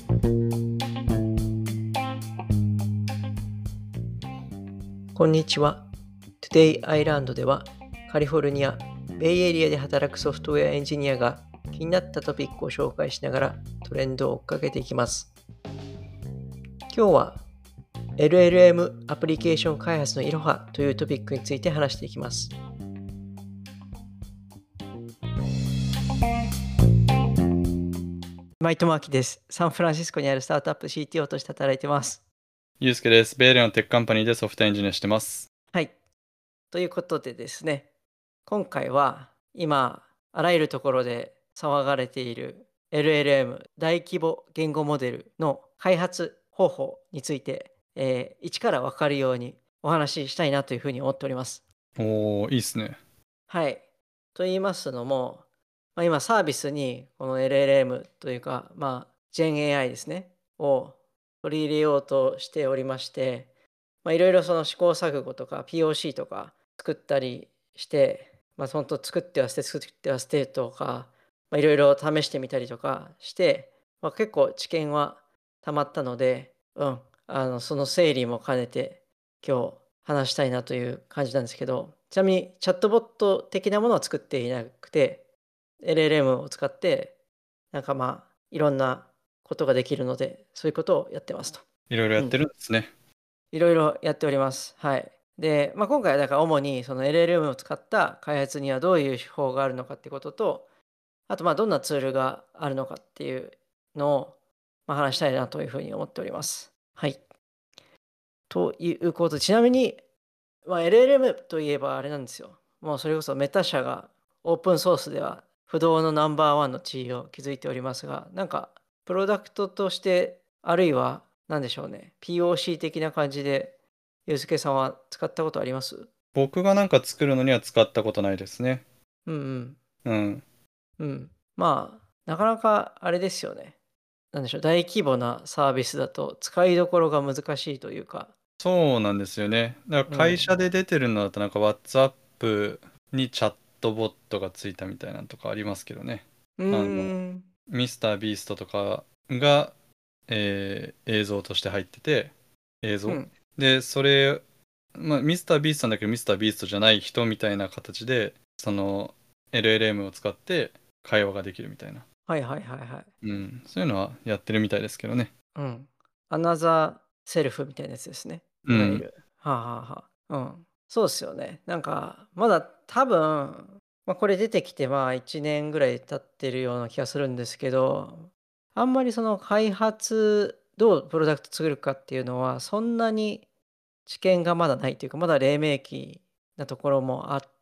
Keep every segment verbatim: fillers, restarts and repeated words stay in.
こんにちは。Today Island ではカリフォルニア、ベイエリアで働くソフトウェアエンジニアが気になったトピックを紹介しながらトレンドを追っかけていきます。今日は エルエルエム アプリケーション開発のいろはというトピックについて話していきます。今井智明です。サンフランシスコにあるスタートアップ シーティーオー として働いてます。 ゆうすけです。ベイエリアのテックカンパニーでソフトエンジニアしてます。 はい。ということでですね、今回は今あらゆるところで騒がれている エルエルエム 大規模言語モデルの開発方法について、えー一から分かるようにお話ししたいなというふうに思っております。 おー、いいっすね。 はい。と言いますのも、まあ、今サービスにこの エルエルエム というか、まあ、ジェン エーアイ ですね、を取り入れようとしておりまして、まあ、いろいろその試行錯誤とか ピーオーシー とか作ったりして、まあ、本当作っては捨て作っては捨てとか、まあ、いろいろ試してみたりとかして、まあ、結構知見はたまったので、うん、あのその整理も兼ねて今日話したいなという感じなんですけど、ちなみにチャットボット的なものは作っていなくて、エルエルエム を使ってなんかまあいろんなことができるので、そういうことをやってますと。 いろいろやってうん、 るんですね。 いろいろやっております。はい。で、まあ、今回はだから主にその エルエルエム を使った開発にはどういう手法があるのかってことと、あとまあどんなツールがあるのかっていうのをまあ話したいなというふうに思っております。はい。ということで、ちなみに、まあ、エルエルエム といえばあれなんですよ。もうそれこそメタ社がオープンソースでは不動のナンバーワンの地位を築いておりますが、なんかプロダクトとして、あるいは何でしょうね、ピーオーシー 的な感じで、ゆうすけさんは使ったことあります？ 僕がなんか作るのには使ったことないですね。 うんうん。 うん。うん。まあ、なかなかあれですよね。なんでしょう、大規模なサービスだと使いどころが難しいというか、 そうなんですよね。だから会うん。 社で出てるのだとなんか WhatsApp にチャットボットがついたみたいなのとかありますけどね。 うーあの、 ん。 ミスタービーストとかが、えー映像として入ってて、映像うん。 で、それ、まあ、ミスタービーストなんだけどミスタービーストじゃない人みたいな形で、その エルエルエム を使って会話ができるみたいな。 はいはいはいはい。 うん。そういうのはやってるみたいですけどね。 うん。アナザーセルフみたいなやつですね。 うん。 いわゆる。はあ、はあはあ、うん。そうですよね。なんか、まだ多分、まあ、これ出てきてまあいちねんぐらい経ってるような気がするんですけど、あんまりその開発、どうプロダクト作るかっていうのは、そんなに知見がまだないというか、まだ黎明期なところもあって、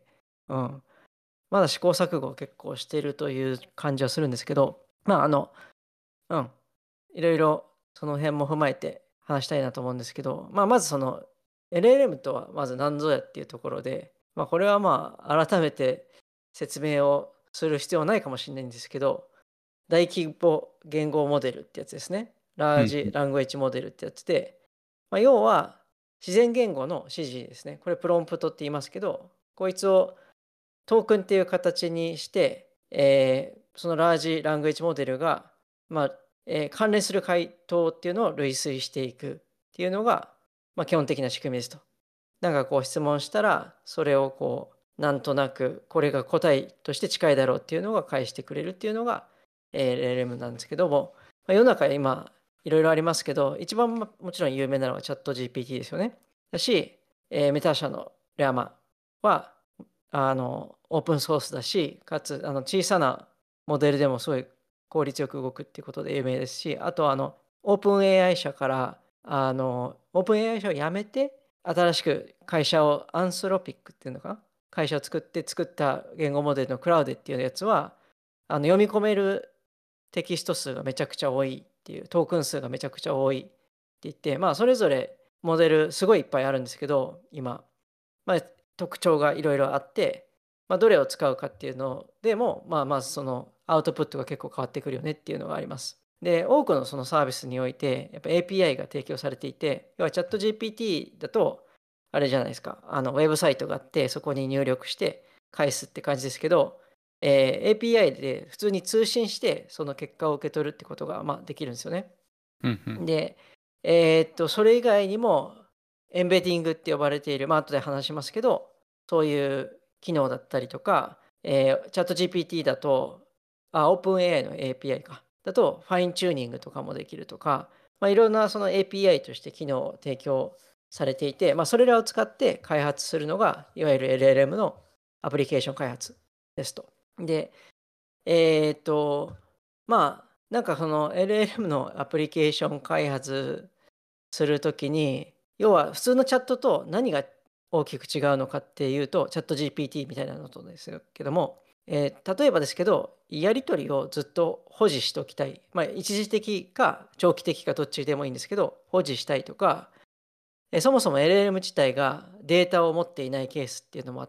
うん。まだ試行錯誤を結構しているという感じはするんですけど、まああの、うん。いろいろその辺も踏まえて話したいなと思うんですけど、まあ、まずその エルエルエム とはまず何ぞやっていうところで、まあ、これはまあ改めて説明をする必要はないかもしれないんですけど、大規模言語モデルってやつですね。ラーうん。 ジラングエッジモデルってやつで、まあ、要は自然言語の指示ですね。これプロンプトって言いますけど、こいつをトークンっていう形にして、えーそのラージラングエッジモデルが、まあえー関連する回答っていうのを類推していくっていうのが、まあ、基本的な仕組みですと。なんかこう質問したら、それをこう、なんとなくこれが答えとして近いだろうっていうのが返してくれるっていうのが、えー エルエルエム なんですけども、まあ、世の中今いろいろありますけど、一番もちろん有名なのがチャット ジーピーティー ですよね。だし、えーメタ社のレアマは、あの、オープンソースだし、かつ、あの、小さなモデルでもすごい効率よく動くっていうことで有名ですし、あとは、あの、オープン エーアイ 社から、あの、オープン エーアイ 社を辞めて、新しく会社を、アンスロピックっていうのかな、会社を作って作った言語モデルのクラウデっていうやつは、あの読み込めるテキスト数がめちゃくちゃ多いっていう、トークン数がめちゃくちゃ多いって言って、まあ、それぞれモデルすごいいっぱいあるんですけど、今、まあ、特徴がいろいろあって、まあ、どれを使うかっていうのでも、まあ、まずそのアウトプットが結構変わってくるよねっていうのがあります。で、多くのそのサービスにおいて、やっぱ エーピーアイ が提供されていて、要はチャット ジーピーティー だと、あれじゃないですか、あのウェブサイトがあって、そこに入力して返すって感じですけど、 えー エーピーアイ で普通に通信してその結果を受け取るってことが、まあ、できるんですよね。 うんうんで、えーっと、それ以外にも、エンベディングって呼ばれている、まあ後で話しますけど、そういう機能だったりとか、えーチャット ジーピーティー だと、あ、オープン エーアイ の エーピーアイ か。だと、ファインチューニングとかもできるとか、まあ、いろんなその エーピーアイ として機能を提供されていて、まあ、それらを使って開発するのが、いわゆる エルエルエム のアプリケーション開発ですと。で、えーっと、まあ、なんかその エルエルエム のアプリケーション開発するときに、要は普通のチャットと何が大きく違うのかっていうと、チャット ジーピーティー みたいなのとですけども、えー例えばですけど、やり取りをずっと保持しておきたい。まあ、一時的か長期的かどっちでもいいんですけど、保持したいとか、えーそもそも エルエルエム 自体がデータを持っていないケースっていうのもあって、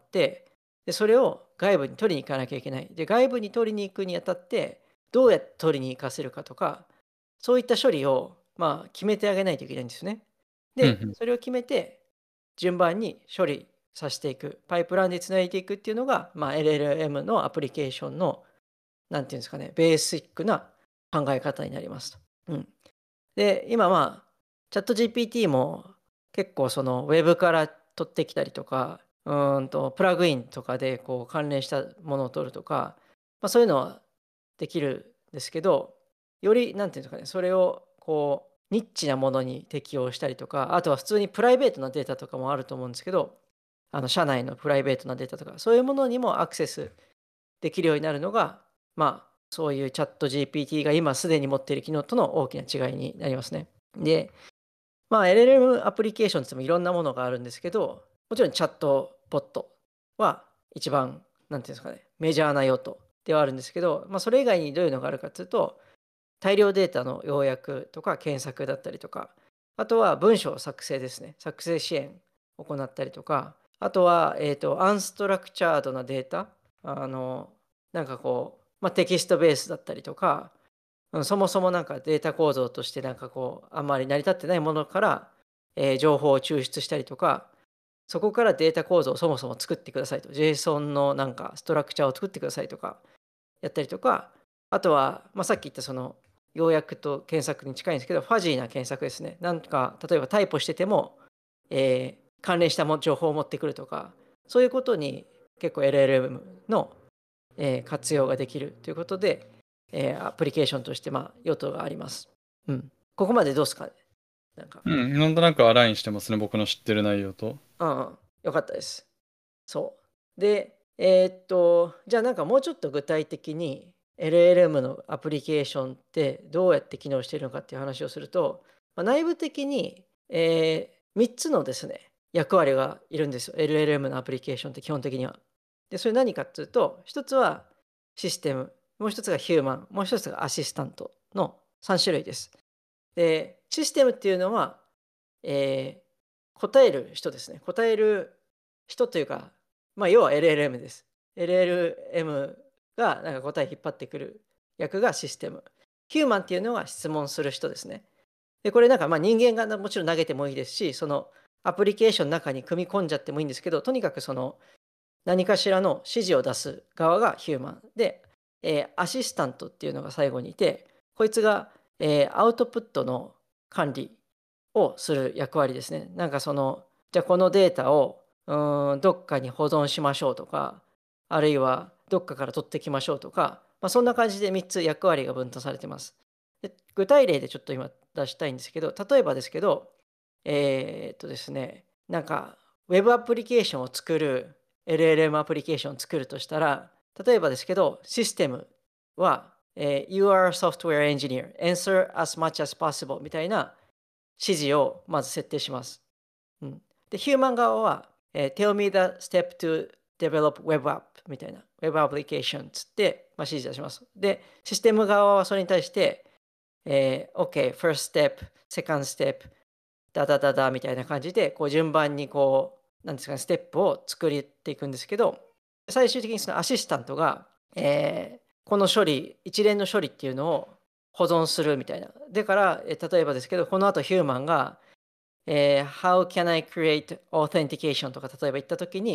でそれを外部に取りに行かなきゃいけない。で、外部に取りに行くにあたって、どうやって取りに行かせるかとか、そういった処理を、まあ、決めてあげないといけないんですよね。で、 うんうんそれを決めて、順番に処理させていく、パイプラインでつないでいくっていうのが、まあ、エルエルエム のアプリケーションの、なんていうんですかね、ベーシックな考え方になりますと。うん。で、今まあ、チャット ジーピーティー も結構そのウェブから取ってきたりとか、うーんと、プラグインとかでこう関連したものを取るとか、まあ、そういうのはできるんですけど、より、なんていうんですかね、それをこう、ニッチなものに適用したりとか、あとは普通にプライベートなデータとかもあると思うんですけど、あの社内のプライベートなデータとか、そういうものにもアクセスできるようになるのが、まあ、そういうチャット ジーピーティー が今すでに持っている機能との大きな違いになりますね。で、まあ、エルエルエム アプリケーションってもいろんなものがあるんですけど、もちろんチャットボットは一番、なんていうんですかね、メジャーな用途ではあるんですけど、まあ、それ以外にどういうのがあるかというと、大量データの要約とか検索だったりとか、あとは文章作成ですね。作成支援を行ったりとか、あとは、えっと、アンストラクチャードなデータ、あの、なんかこう、まあ、テキストベースだったりとか、うん、そもそもなんかデータ構造としてなんかこう、あんまり成り立ってないものから、えー情報を抽出したりとか、そこからデータ構造をそもそも作ってくださいと。JSON のなんかストラクチャーを作ってくださいとか、やったりとか、あとは、まあ、さっき言ったその要約と検索に近いんですけど、ファジーな検索ですね。なんか、例えばタイプしてても、えー関連したも情報を持ってくるとか、そういうことに結構 エルエルエム の、えー活用ができるということで、えーアプリケーションとして、まあ、用途があります。うん。ここまでどうですかね。なんか、 うん、なんとなくアラインしてますね、僕の知ってる内容と。 うんうん、よかったです。そう。で、えーっと、じゃあなんかもうちょっと具体的に エルエルエム のアプリケーションってどうやって機能しているのかっていう話をすると、まあ、内部的に、えみっつのですね、役割がいるんですよ。エルエルエム のアプリケーションって基本的には。で、それ何かっていうと、一つはシステム、もう一つがヒューマン、もう一つがアシスタントのさん種類です。で、システムっていうのは、えー答える人ですね。答える人というか、まあ、要は エルエルエム です。エルエルエム がなんか答え引っ張ってくる役がシステム。ヒューマンっていうのは質問する人ですね。で、これなんかまあ人間がもちろん投げてもいいですし、そのアプリケーションの中に組み込んじゃってもいいんですけど、とにかくその何かしらの指示を出す側がヒューマンで、えーアシスタントっていうのが最後にいて、こいつが、えーアウトプットの管理をする役割ですね。なんかその、じゃあこのデータをうーんどっかに保存しましょうとか、あるいはどっかから取ってきましょうとか、まあ、そんな感じでみっつ役割が分担されてます。で具体例でちょっと今出したいんですけど、例えばですけど、えーっとですね、なんか Web アプリケーションを作る、エルエルエム アプリケーションを作るとしたら、例えばですけど、システムは、えー You are a software engineer, answer as much as possible みたいな指示をまず設定します。うん、で、ヒューマン側は、えー Tell me the step to develop web app みたいな Web application つって、まあ、指示出します。で、システム側はそれに対して、えー OK, first step, second step, ダダダダみたいな感じで、こう順番にこう、なんですかね、ステップを作っていくんですけど、最終的にそのアシスタントが、えーこの処理、一連の処理っていうのを保存するみたいな。だから、えー例えばですけど、この後ヒューマンが、えー How can I create authentication とか例えば言ったときに、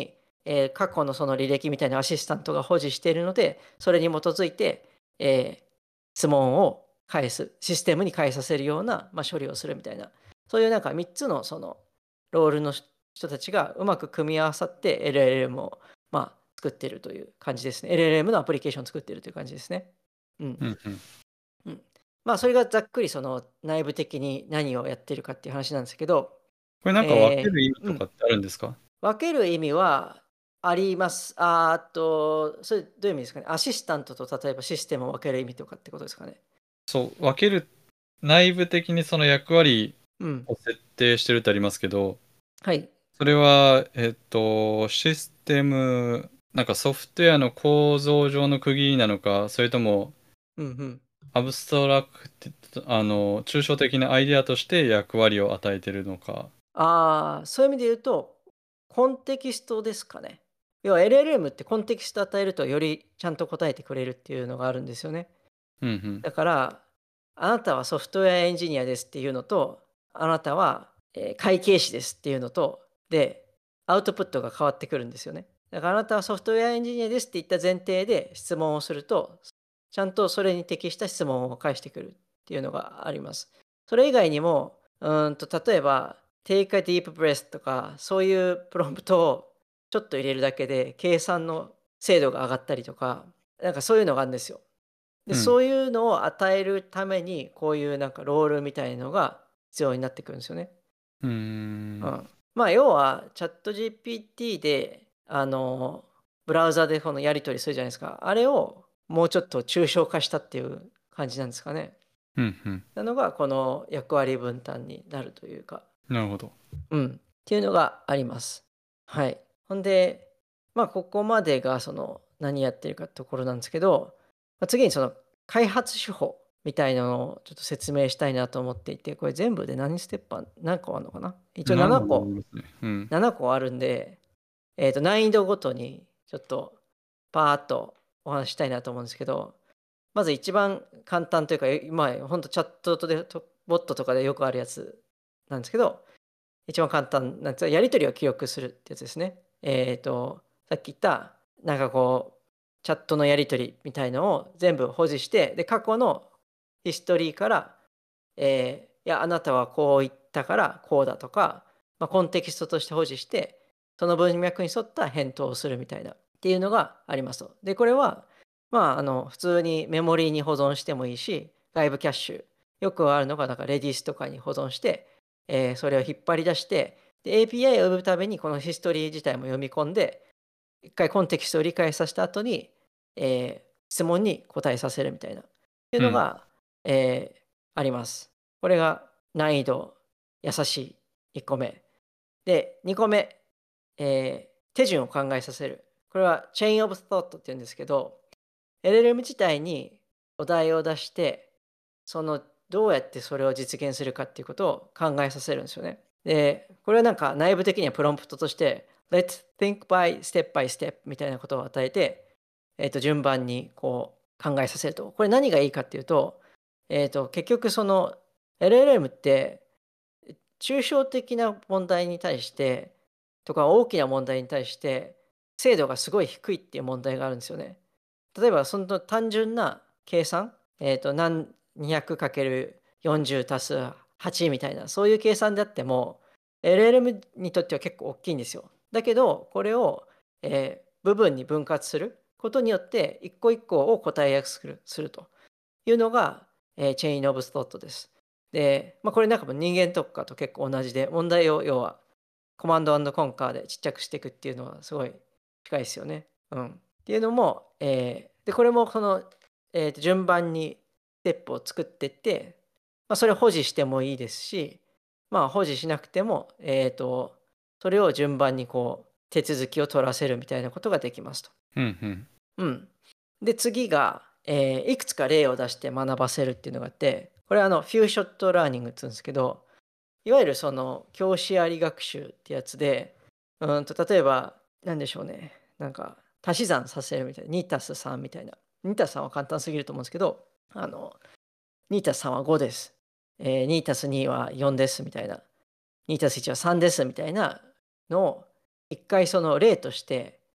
えー過去のその履歴みたいなアシスタントが保持しているので、それに基づいて、えー質問を返す、システムに返させるような、まあ、処理をするみたいな、そういうなんかみっつのそのロールの人たちがうまく組み合わさって エルエルエム を、まあ、作っているという感じですね。エルエルエム のアプリケーションを作っているという感じですね。うん。 うんうん。 うん、まあそれがざっくりその内部的に何をやってるかっていう話なんですけど、 これなんか分けえる意味ーうん、 とかってあるんですか？ 分ける意味はあります。あーあと、それどういう意味ですかね。アシスタントと例えばシステムを分ける意味とかってことですかね。 そう、分ける、内部的にその役割うん。 を設定してるってありますけど、 はい。 それは、えっと、システム、なんかソフトウェアの構造上の区切りなのか、それともうんうん。 アブストラクト、あの、抽象的なアイデアとして役割を与えてるのか。 ああ、そういう意味で言うと、コンテキストですかね。要は エルエルエム ってコンテキスト与えるとよりちゃんと答えてくれるっていうのがあるんですよね。 うんうん。 だから、あなたはソフトウェアエンジニアですっていうのと、あなたは、えー会計士ですっていうのと、で、アウトプットが変わってくるんですよね。だからあなたはソフトウェアエンジニアですって言った前提で質問をすると、ちゃんとそれに適した質問を返してくるっていうのがあります。それ以外にも、うーんと例えば、Take a deep breath とか、そういうプロンプトをちょっと入れるだけで、計算の精度が上がったりとか、なんかそういうのがあるんですよ。で、 うん。 そういうのを与えるために、こういうなんかロールみたいのが必要になってくるんですよね。 うーん。 うん。まあ、要は、チャット ジーピーティー で、あの、ブラウザでこのやり取りするじゃないですか。あれをもうちょっと抽象化したっていう感じなんですかね。 うんうん。 なのが、この役割分担になるというか、 なるほど。 うん。っていうのがあります。はい。ほんで、まあ、ここまでがその何やってるかってところなんですけど、まあ、次にその開発手法みたいなのをちょっと説明したいなと思っていて、これ全部で何ステップあ何個あるのかな。一応なななな個あり個、 ますね。うん。 なな個あるんで、えっと、難易度ごとにちょっとパーッとお話ししたいなと思うんですけど、まず一番簡単というか、えまあ、ほんとチャットとで、とボットとかでよくあるやつなんですけど、一番簡単なやつはやり取りを記録するってやつですね。えっと、さっき言った、なんかこう、チャットのやり取りみたいのを全部保持して、で、過去のヒストリーから、えーいや、あなたはこう言ったからこうだとか、まあ、コンテキストとして保持して、その文脈に沿った返答をするみたいなっていうのがありますと。で、これは、まあ、あの、普通にメモリーに保存してもいいし、外部キャッシュ、よくあるのが、なんかレディースとかに保存して、えーそれを引っ張り出して、で、エーピーアイ を呼ぶためにこのヒストリー自体も読み込んで、一回コンテキストを理解させた後に、えー質問に答えさせるみたいな、っていううん。 のが、えーあります。これが難易度優しいいっこめ。で、にこめ、えー手順を考えさせる。これは Chain of Thought って言うんですけど、エルエルエム 自体にお題を出して、そのどうやってそれを実現するかっていうことを考えさせるんですよね。で、これはなんか内部的にはプロンプトとして、Let's think by step by step みたいなことを与えて、えっと、順番にこう考えさせると。これ何がいいかっていうと、えっと、結局その エルエルエム って抽象的な問題に対してとか大きな問題に対して精度がすごい低いっていう問題があるんですよね。例えばその単純な計算、えっと、何 にひゃくかけるよんじゅう 足すはちみたいな、そういう計算であっても、エルエルエム にとっては結構大きいんですよ。だけど、これを、えー部分に分割することによって、一個一個を答えやすくするというのが、えー、チェイン・オブ・ストットです。で、まあ、これなんかも人間とかと結構同じで、問題を要はコマンドコンカーでちっちゃくしていくっていうのはすごい近いですよね。うん。っていうのも、えーで、これもその、えーと順番にステップを作っていって、まあ、それを保持してもいいですし、まあ、保持しなくても、えーと、それを順番にこう、手続きを取らせるみたいなことができますと。 うんうん。 うん。で、次が、えーいくつか例を出して学ばせるっていうのがあって、これはあの、フューショットラーニングって言うんですけど、いわゆるその教師あり学習ってやつで、うんと例えば何でしょうね、なんか足し算させるみたいな、にたすさんみたいな。にたすさんは簡単すぎると思うんですけど、あのにたすさんはごです。えー、にたすにはよんですみたいな。にたすいちはさんですみたいなのを一回その例として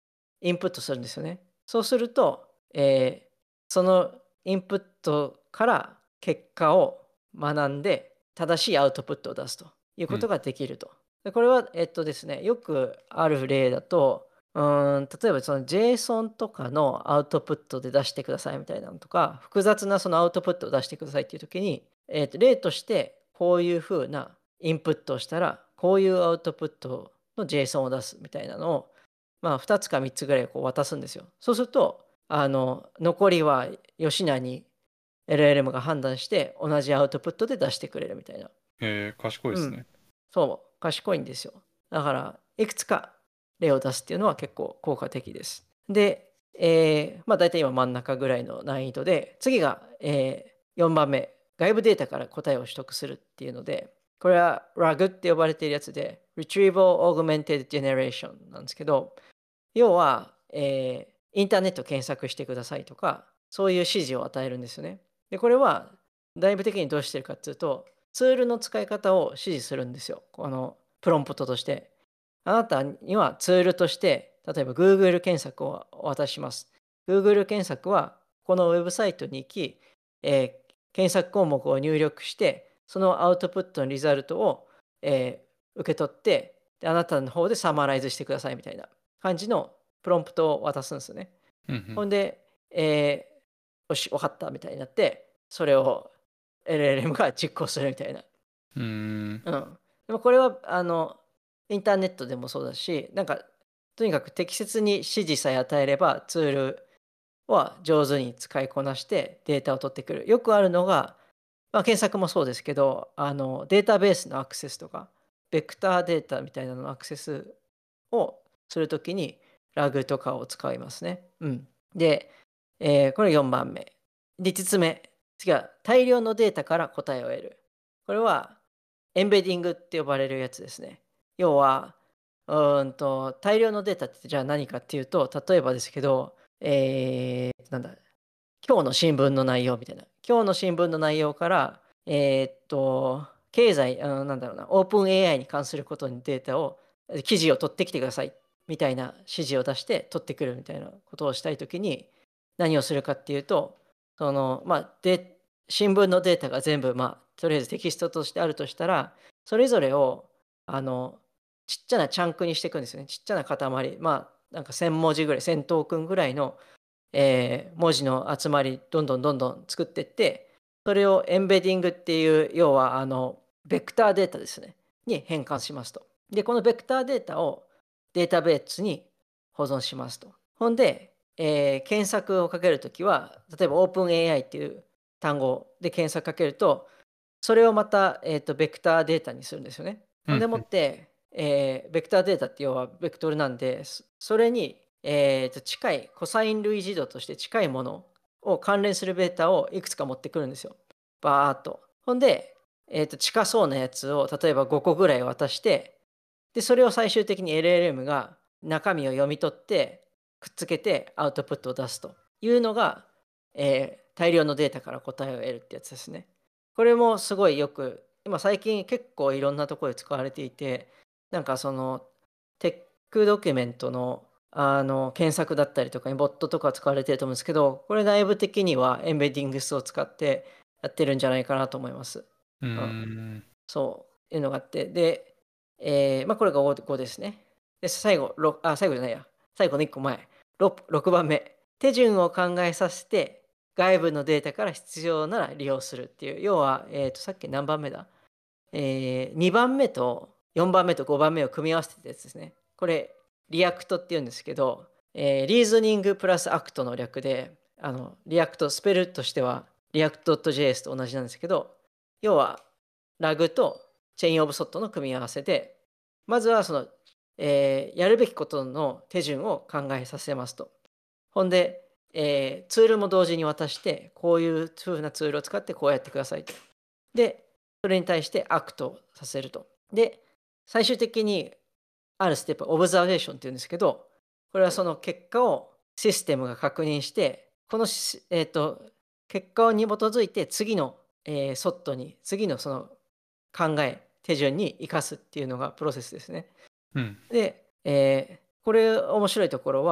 インプットするんですよね。そうすると、えーそのインプットから結果を学んで正しいアウトプットを出すといううん。 ことができると。でこれは、えっとですね、よくある例だと、うーん例えばその JSON とかのアウトプットで出してくださいみたいなのとか、複雑なそのアウトプットを出してくださいっていう時に、えっと例としてこういうふうなインプットをしたら、こういうアウトプットの JSON を出すみたいなのを、まあ、ふたつかみっつぐらいこう渡すんですよ。そうすると、あの残りは吉名に エルエルエム が判断して同じアウトプットで出してくれるみたいな。 えー、賢いでうん。 すね。 そう、賢いんですよ。だから、いくつか例を出すっていうのは結構効果的です。で、えーまあ大体今真ん中ぐらいの難易度で、次が、えーよんばんめ、外部データから答えを取得するっていうので、これは ラグ って呼ばれているやつで、Retrieval Augmented Generation なんですけど、要は、えーインターネット検索してくださいとか、そういう指示を与えるんですよね。で、これは内部的にどうしてるかっていうと、ツールの使い方を指示するんですよ。このプロンプトとして。あなたにはツールとして、例えば Google 検索を渡します。Google 検索は、このウェブサイトに行き、えー検索項目を入力して、そのアウトプットのリザルトを、えー受け取って、であなたの方でサマライズしてくださいみたいな感じのプロンプトを渡すんですよね。 うんうん。 ほんで、えーよし、分かったみたいになって、それを エルエルエム が実行するみたいな。 うーん。 うん。でもこれは、あの、インターネットでもそうだし、なんか、とにかく適切に指示さえ与えれば、ツールは上手に使いこなしてデータを取ってくる。よくあるのが、まあ、検索もそうですけど、あの、データベースのアクセスとか、ベクターデータみたいなののアクセスをするときに、ラグとかを使いますね。うん。で、えーこれよんばんめ。で、いつつめ。次は、大量のデータから答えを得る。これは、エンベディングって呼ばれるやつですね。要は、うーんと、大量のデータってじゃあ何かっていうと、例えばですけど、えー、なんだ、今日の新聞の内容みたいな。今日の新聞の内容から、えーっと、経済、あのなんだろうな、オープン エーアイ に関することにデータを、記事を取ってきてくださいみたいな指示を出して取ってくるみたいなことをしたいときに、何をするかっていうと、その、まあ、で、新聞のデータが全部、まあ、とりあえずテキストとしてあるとしたら、それぞれを、あの、ちっちゃなチャンクにしていくんですよね。ちっちゃな塊。まあ、なんかせん文字ぐらい、せんトークンぐらいのえー文字の集まりどんどんどんどん作っていって、それをエンベディングっていう要はあのベクターデータですねに変換しますと。でこのベクターデータをデータベースに保存しますと。ほんで、えー検索をかけるときは例えばオープン エーアイ っていう単語で検索かけるとそれをまた、えーとベクターデータにするんですよね。ほんでもっうんうん。 て、えーベクターデータって要はベクトルなんでそそれにえーと近いコサイン類似度として近いものを関連するベータをいくつか持ってくるんですよ。バーっと。ほんで、えーと近そうなやつを例えばごこぐらい渡して、で、それを最終的に エルエルエム が中身を読み取ってくっつけてアウトプットを出すというのが、えー大量のデータから答えを得るってやつですね。これもすごいよく、今最近結構いろんなところで使われていて、なんかそのテックドキュメントのあの検索だったりとかにボットとか使われてると思うんですけど、これ内部的にはエンベディングスを使ってやってるんじゃないかなと思います。 うーうん、 ん。 そういうのがあって、で、えーまあ、これがごですね。で、最後、ろあ、最後じゃないや。最後のいっこまえ。ろく, ろくばんめ。手順を考えさせて、外部のデータから必要なら利用するっていう。要は、えっと、さっき何番目だえー、にばんめとよんばんめとごばんめを組み合わせてたやつですね。これ、リアクトっていうんですけど、えーリーズニングプラスアクトの略で、あの、リアクト、スペルとしては、リアクト .js と同じなんですけど、要は、ラグとチェインオブソットの組み合わせで、まずはその、えーやるべきことの手順を考えさせますと。ほんで、えーツールも同時に渡して、こういう風なツールを使ってこうやってくださいと。で、それに対してアクトさせると。で、最終的にあるステップ、オブザベーションっていうんですけど、これはその結果をシステムが確認して、このし、えーと結果に基づいて次の、えーソットに、次のその考え、手順に生かすっていうのがプロセスですね。 うん。 で、えーこれ面白いところは、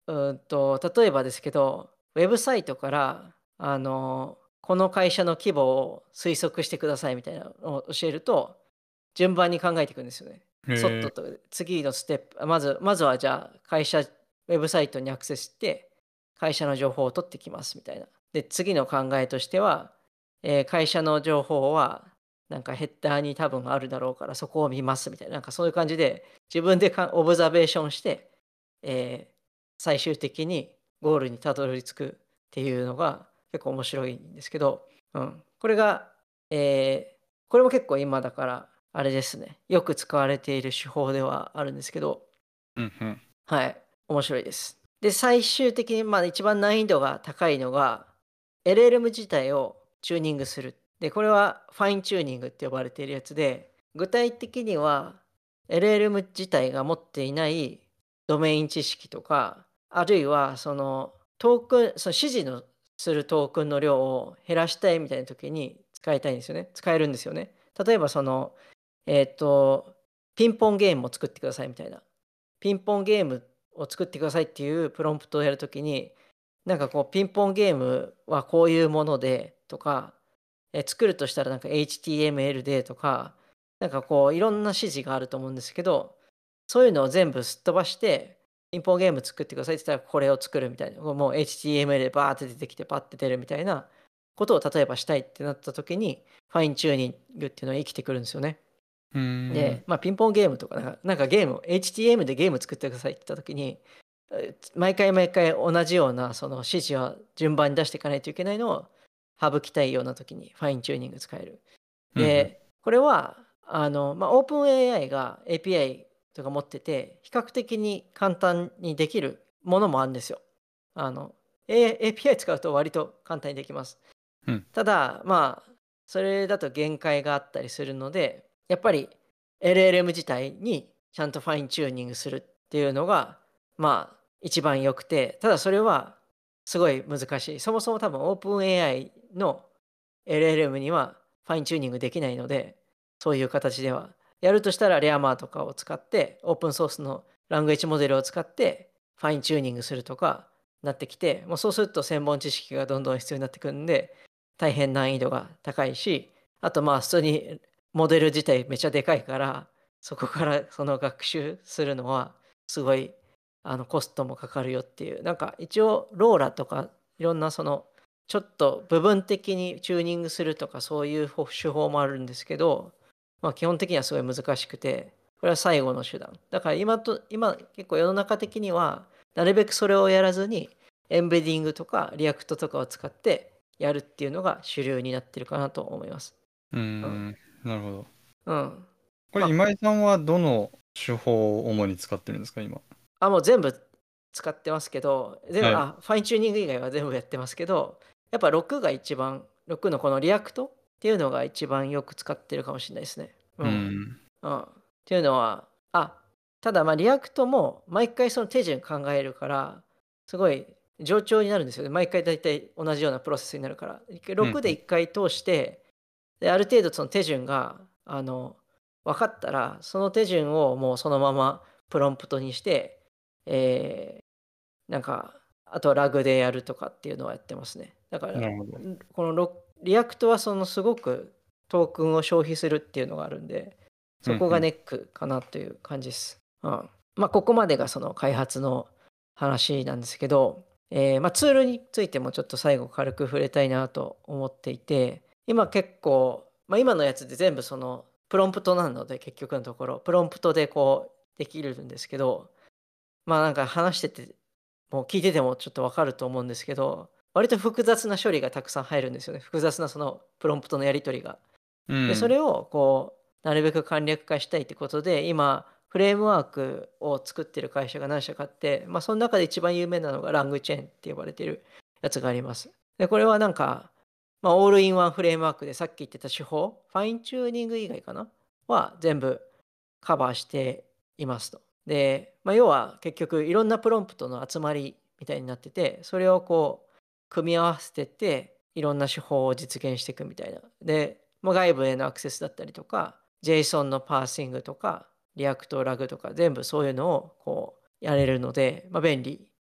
うんと、例えばですけど、ウェブサイトから、あの、この会社の規模を推測してくださいみたいなのを教えると、順番に考えていくんですよね。 へえ。 そっとと、次のステップ、あまず、まずはじゃあ、会社、ウェブサイトにアクセスして、会社の情報を取ってきますみたいな。で、次の考えとしては、えー会社の情報は、なんかヘッダーに多分あるだろうから、そこを見ますみたいな、なんかそういう感じで、自分でかオブザベーションして、えー最終的にゴールにたどり着くっていうのが結構面白いんですけど、うん、これが、えーこれも結構今だからあれですね、よく使われている手法ではあるんですけど、 うんうん。 はい、面白いです。で、最終的にまあ一番難易度が高いのが エルエルエム 自体をチューニングする。で、これはファインチューニングって呼ばれているやつで、具体的には エルエルエム 自体が持っていないドメイン知識とか、あるいはそのトークン、その指示のするトークンの量を減らしたいみたいな時に使いたいんですよね。使えるんですよね。例えばその、えっと、ピンポンゲームを作ってくださいみたいな。ピンポンゲームを作ってくださいっていうプロンプトをやるときに、なんかこう、ピンポンゲームはこういうものでとか、え作るとしたらなんか エイチティーエムエル でとか、なんかこう、いろんな指示があると思うんですけど、そういうのを全部すっ飛ばして、ピンポンゲーム作ってくださいって言ったらこれを作るみたいな、もう エイチティーエムエル でバーって出てきてパッて出るみたいなことを例えばしたいってなった時に、ファインチューニングっていうのは生きてくるんですよね。 うーん。 で、まあ、ピンポンゲームとか、なんかなんかゲームを、エイチティーエム でゲーム作ってくださいって言ったときに、え毎回毎回同じようなその指示を順番に出していかないといけないのを省きたいようなときにファインチューニング使える。 うんうん。 で、これは、あの、まあ、オープン エーアイ が エーピーアイ とか持ってて、比較的に簡単にできるものもあるんですよ。あの、A- エーピーアイ 使うと割と簡単にできます。 うん。 ただ、まあ、それだと限界があったりするので、やっぱり エルエルエム 自体にちゃんとファインチューニングするっていうのが、まあ、一番良くて、ただそれはすごい難しい。そもそも多分 OpenAI の エルエルエム にはファインチューニングできないので、そういう形では。やるとしたらレアマーとかを使って、オープンソースのラングエッジモデルを使ってファインチューニングするとかなってきて、もうそうすると専門知識がどんどん必要になってくるんで、大変難易度が高いし、あとまあ普通にモデル自体めっちゃでかいから、そこからその学習するのはすごいあのコストもかかるよっていう、なんか一応ローラとかいろんなそのちょっと部分的にチューニングするとかそういう手法もあるんですけど、まあ基本的にはすごい難しくて、これは最後の手段。だから今と、今結構世の中的にはなるべくそれをやらずにエンベディングとかリアクトとかを使ってやるっていうのが主流になってるかなと思います。 うーうん。 ん。なるほど。 うん。 これ、 ま今井さんはどの手法を主に使ってるんですか、今。 あ、あ、もう全部使ってますけど、全部、 はい。 あ、ファインチューニング以外は全部やってますけど、やっぱろくが一番、ろくのこのリアクトっていうのが一番よく使ってるかもしれないですね。ううーん。 ん。 うん。っていうのは、あ、ただまあリアクトも毎回その手順考えるから、すごい冗長になるんですよね。毎回大体同じようなプロセスになるから。ろくでうんうん。 いっかい通して、で、ある程度その手順が、あの、分かったら、その手順をもうそのままプロンプトにして、えーなんか、あとはラグでやるとかっていうのはやってますね。だから、 なるほど。 んこのロリアクトはそのすごくトークンを消費するっていうのがあるんで、そこがうんうん。 ネックかなという感じです。うん。まあ、ここまでがその開発の話なんですけど、えーまあ、ツールについてもちょっと最後軽く触れたいなと思っていて、今結構、まあ、今のやつで全部そのプロンプトなので結局のところ、プロンプトでこうできるんですけど、まあなんか話してて、もう聞いててもちょっとわかると思うんですけど、割と複雑な処理がたくさん入るんですよね。複雑なそのプロンプトのやり取りが。で、そうん。 れをこう、なるべく簡略化したいってことで、今、フレームワークを作ってる会社が何社かあって、まあその中で一番有名なのがラングチェーンって呼ばれてるやつがあります。で、これはなんか、まあオールインワンフレームワークでさっき言ってた手法、ファインチューニング以外かなは全部カバーしていますと。で、まあ、要は結局いろんなプロンプトの集まりみたいになってて、それをこう組み合わせてっていろんな手法を実現していくみたいな。で、まあ、外部へのアクセスだったりとか、JSON のパーシングとか、リアクトラグとか全部そういうのをこうやれるので、まあ、便利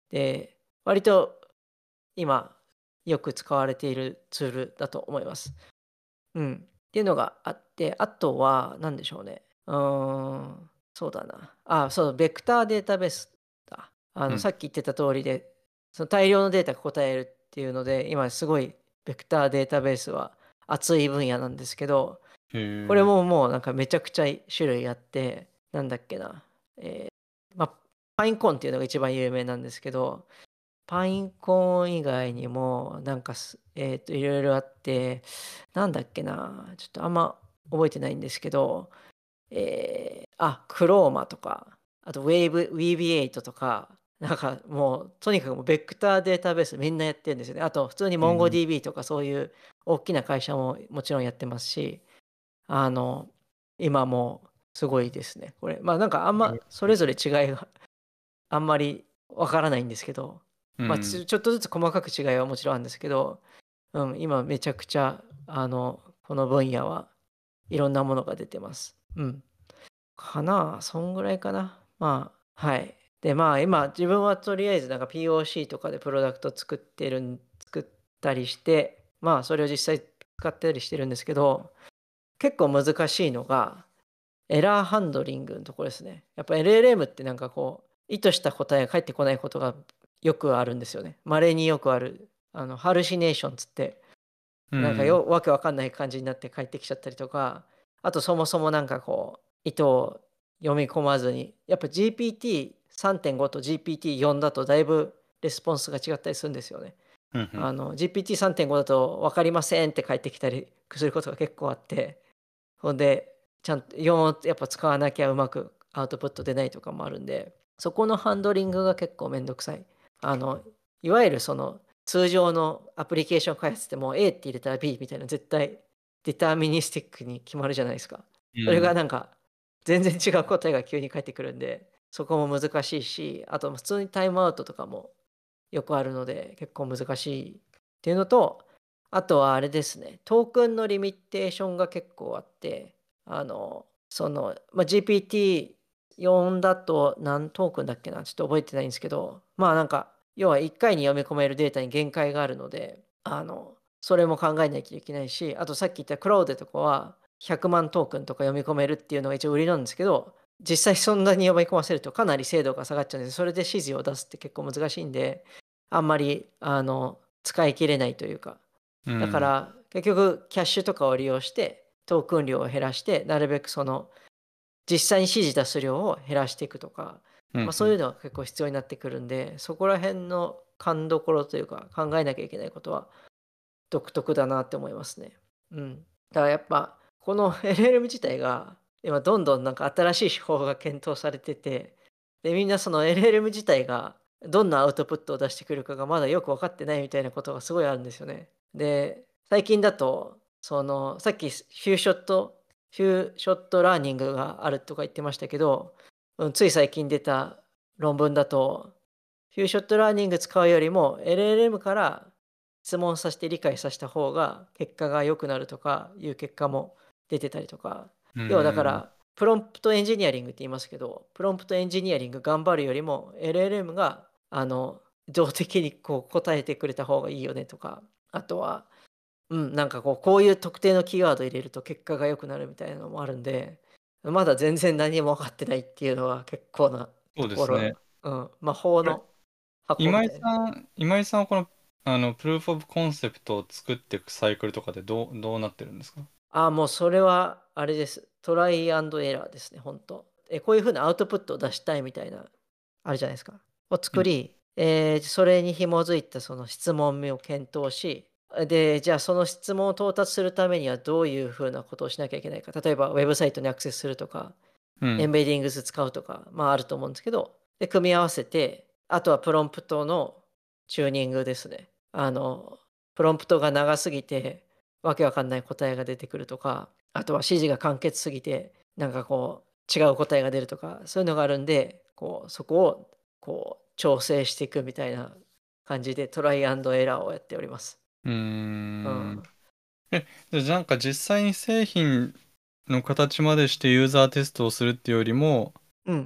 で、割と今よく使われているツールだと思います。うん。っていうのがあって、あとは何でしょうね。うーん、そうだな。あ、そう、ベクターデータベースだ。あの、 うん。 さっき言ってた通りで、その大量のデータが答えるっていうので、今すごいベクターデータベースは熱い分野なんですけど、 へこれえ。 ももうなんかめちゃくちゃ種類あって、なんだっけな。えーまあ、パインコーンっていうのが一番有名なんですけど、パインコーン以外にも、なんかす、えっと、いろいろあって、なんだっけな、ちょっとあんま覚えてないんですけど、えーあ、クローマとか、あとウェーブ、ウィービーエイトとか、なんかもう、とにかくもうベクターデータベースみんなやってるんですよね。あと、普通にうん。 MongoDB とかそういう大きな会社ももちろんやってますし、あの、今もうすごいですね。これ、まあなんかあんまそれぞれ違いがあんまりわからないんですけど、まあ、 うん。 ちちょっとずつ細かく違いはもちろんあるんですけど、うん、今めちゃくちゃ、あの、この分野はいろんなものが出てます。うん。かな、そんぐらいかな。まあ、はい。で、まあ今、自分はとりあえずなんか ピーオーシー とかでプロダクト作ってるん、作ったりして、まあそれを実際使ったりしてるんですけど、結構難しいのが、エラーハンドリングのところですね。やっぱ エルエルエム ってなんかこう、意図した答えが返ってこないことがよくあるんですよね。稀によくある。あの、ハルシネーションつって、 うん。 なんかよ、わけわかんない感じになって返ってきちゃったりとか、あとそもそもなんかこう、意図を読み込まずに、やっぱ ジーピーティーさんてんご と ジーピーティーよん だとだいぶレスポンスが違ったりするんですよね。 うん。 あの、ジーピーティーさんてんご だと分かりませんって返ってきたりすることが結構あって、ほんで、ちゃんとよんをやっぱ使わなきゃうまくアウトプット出ないとかもあるんで、そこのハンドリングが結構めんどくさい。あの、いわゆるその通常のアプリケーション開発ってもう A って入れたら B みたいな絶対デターミニスティックに決まるじゃないですか。それがうん。 なんか全然違う答えが急に返ってくるんで、そこも難しいし、あと普通にタイムアウトとかもよくあるので結構難しいっていうのと、あとはあれですね、トークンのリミテーションが結構あって、あの、その、まあ、ジーピーティーよん だと何トークンだっけな、ちょっと覚えてないんですけど、まあなんか、要はいっかいに読み込めるデータに限界があるので、あの、それも考えなきゃいけないし、あとさっき言ったクラウドとかはひゃくまんトークンとか読み込めるっていうのが一応売りなんですけど、実際そんなに読み込ませるとかなり精度が下がっちゃうんで、それで指示を出すって結構難しいんで、あんまり、あの、使い切れないというか、だかうん。 ら結局キャッシュとかを利用してトークン量を減らしてなるべくその実際に指示出す量を減らしていくとか、まあ、そういううん。 のは結構必要になってくるんで、そこら辺の勘どころというか考えなきゃいけないことは独特だなって思いますね。うん。だからやっぱこの エルエルエム 自体が今どんどんなんか新しい手法が検討されてて、でみんなその エルエルエム 自体がどんなアウトプットを出してくるかがまだよく分かってないみたいなことがすごいあるんですよね。で、最近だと、そのさっきフューショット、フューショットラーニングがあるとか言ってましたけど、うんつい最近出た論文だと、フューショットラーニング使うよりも エルエルエム から質問させて理解させた方が結果が良くなるとかいう結果も出てたりとか、 う要はだかん。 らプロンプトエンジニアリングって言いますけど、プロンプトエンジニアリング頑張るよりも エルエルエム があの動的にこう答えてくれた方がいいよねとか、あとは、うん、なんかこうこういう特定のキーワード入れると結果が良くなるみたいなのもあるんで、まだ全然何も分かってないっていうのは結構なそうところ、 ですね。 うん、魔法これ、 の箱み今井たいな。 さん、今井さんはこの、あの、プルーフオブコンセプトを作っていくサイクルとかでどう、どうなってるんですか？ ああ、もうそれは、あれです。トライアンドエラーですね、本当え、こういうふうなアウトプットを出したいみたいな、あるじゃないですか。をうん。 作り、えーそれに紐づいたその質問を検討し、で、じゃあその質問を到達するためにはどういうふうなことをしなきゃいけないか。例えば、ウェブサイトにアクセスするとか、 うん。 エンベディングス使うとか、まああると思うんですけど、で、組み合わせて、あとはプロンプトのチューニングですね。あの、プロンプトが長すぎて、わけわかんない答えが出てくるとか、あとは指示が簡潔すぎて、なんかこう、違う答えが出るとか、そういうのがあるんで、こう、そこを、こう、調整していくみたいな感じで、トライアンドエラーをやっております。 うーん。 うん。 え、じゃあなんか実際に製品の形までしてユーザーテストをするっていうよりも、 うん。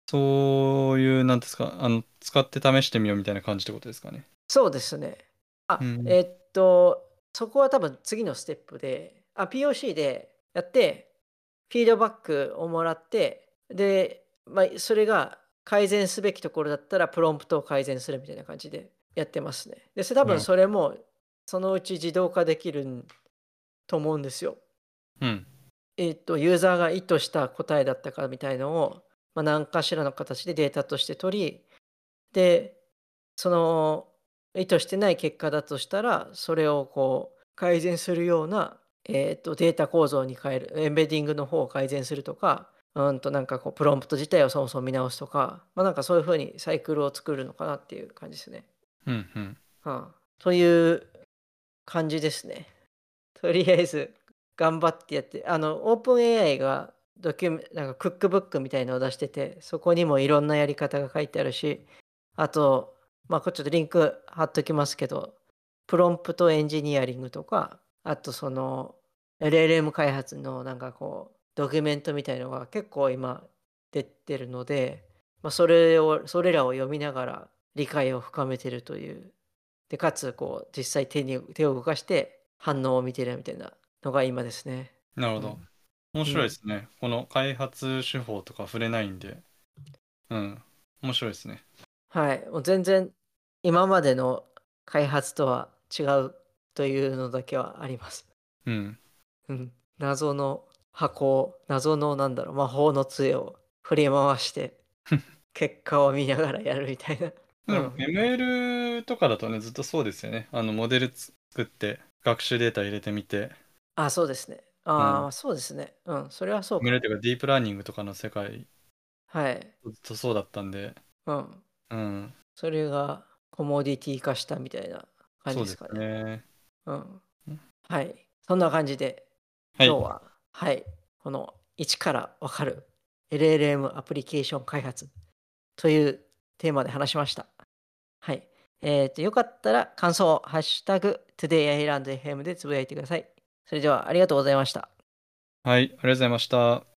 そういう、なんですか、あの、使って試してみようみたいな感じってことですかね。 そうですね。あ、 うん。 えっと、そこは多分次のステップで、あ、ピーオーシー でやって、フィードバックをもらって、で、まあ、それが改善すべきところだったら、プロンプトを改善するみたいな感じでやってますね。で、それ多分なるほそれも、そのうち自動化できると思うんですよ。 ど。うん。 えっと、ユーザーが意図した答えだったかみたいのを、まあ、何かしらの形でデータとして取り、で、その意図してない結果だとしたら、それをこう改善するような、えっと、データ構造に変える、エンベディングの方を改善するとか、うんとなんかこうプロンプト自体をそもそも見直すとか、まあ、なんかそういうふうにサイクルを作るのかなっていう感じですね。 うんうん。 はあ、という感じですね。とりあえず頑張ってやって、あの、オープン エーアイ がドキュメ、なんかクックブックみたいのを出してて、そこにもいろんなやり方が書いてあるし、あと、まあ、これちょっとリンク貼っときますけど、プロンプトエンジニアリングとか、あとその エルエルエム 開発のなんかこう、ドキュメントみたいのが結構今出てるので、まあ、それを、それらを読みながら理解を深めてるという。で、かつ、こう、実際手に、手を動かして反応を見てるみたいなのが今ですね。 なるほど。 うん。 面うん。 白いですね。この開発手法とか触れないんで。うん。面白いですね。 はい。もう全然今までの開発とは違うというのだけはあります。 うん。 うん。謎の箱を、謎のなんだろう、魔法の杖を振り回して結果を見ながらやるみたいな。 でもうん。 エムエル とかだとね、ずっとそうですよね。あの、モデルつ作って、学習データ入れてみて、 あ、そうですね。 うん。 ああ、そうですね。うん。それはそうかエムエル とも。 いうかディープラーニングとかの世界、 はい。 ずっとそうだったんで、 うん。 うん。 それがコモディティ化したみたいな感じそうですですかね。 ね。 うん。はい。そんな感じで、 はい。 今日は、はい、この一からわかる エルエルエム アプリケーション開発というテーマで話しました。はい。えっと、よかったら感想をハッシュタグ トゥデイ アイランド エフエム でつぶやいてください。それではありがとうございました。 はい。ありがとうございました。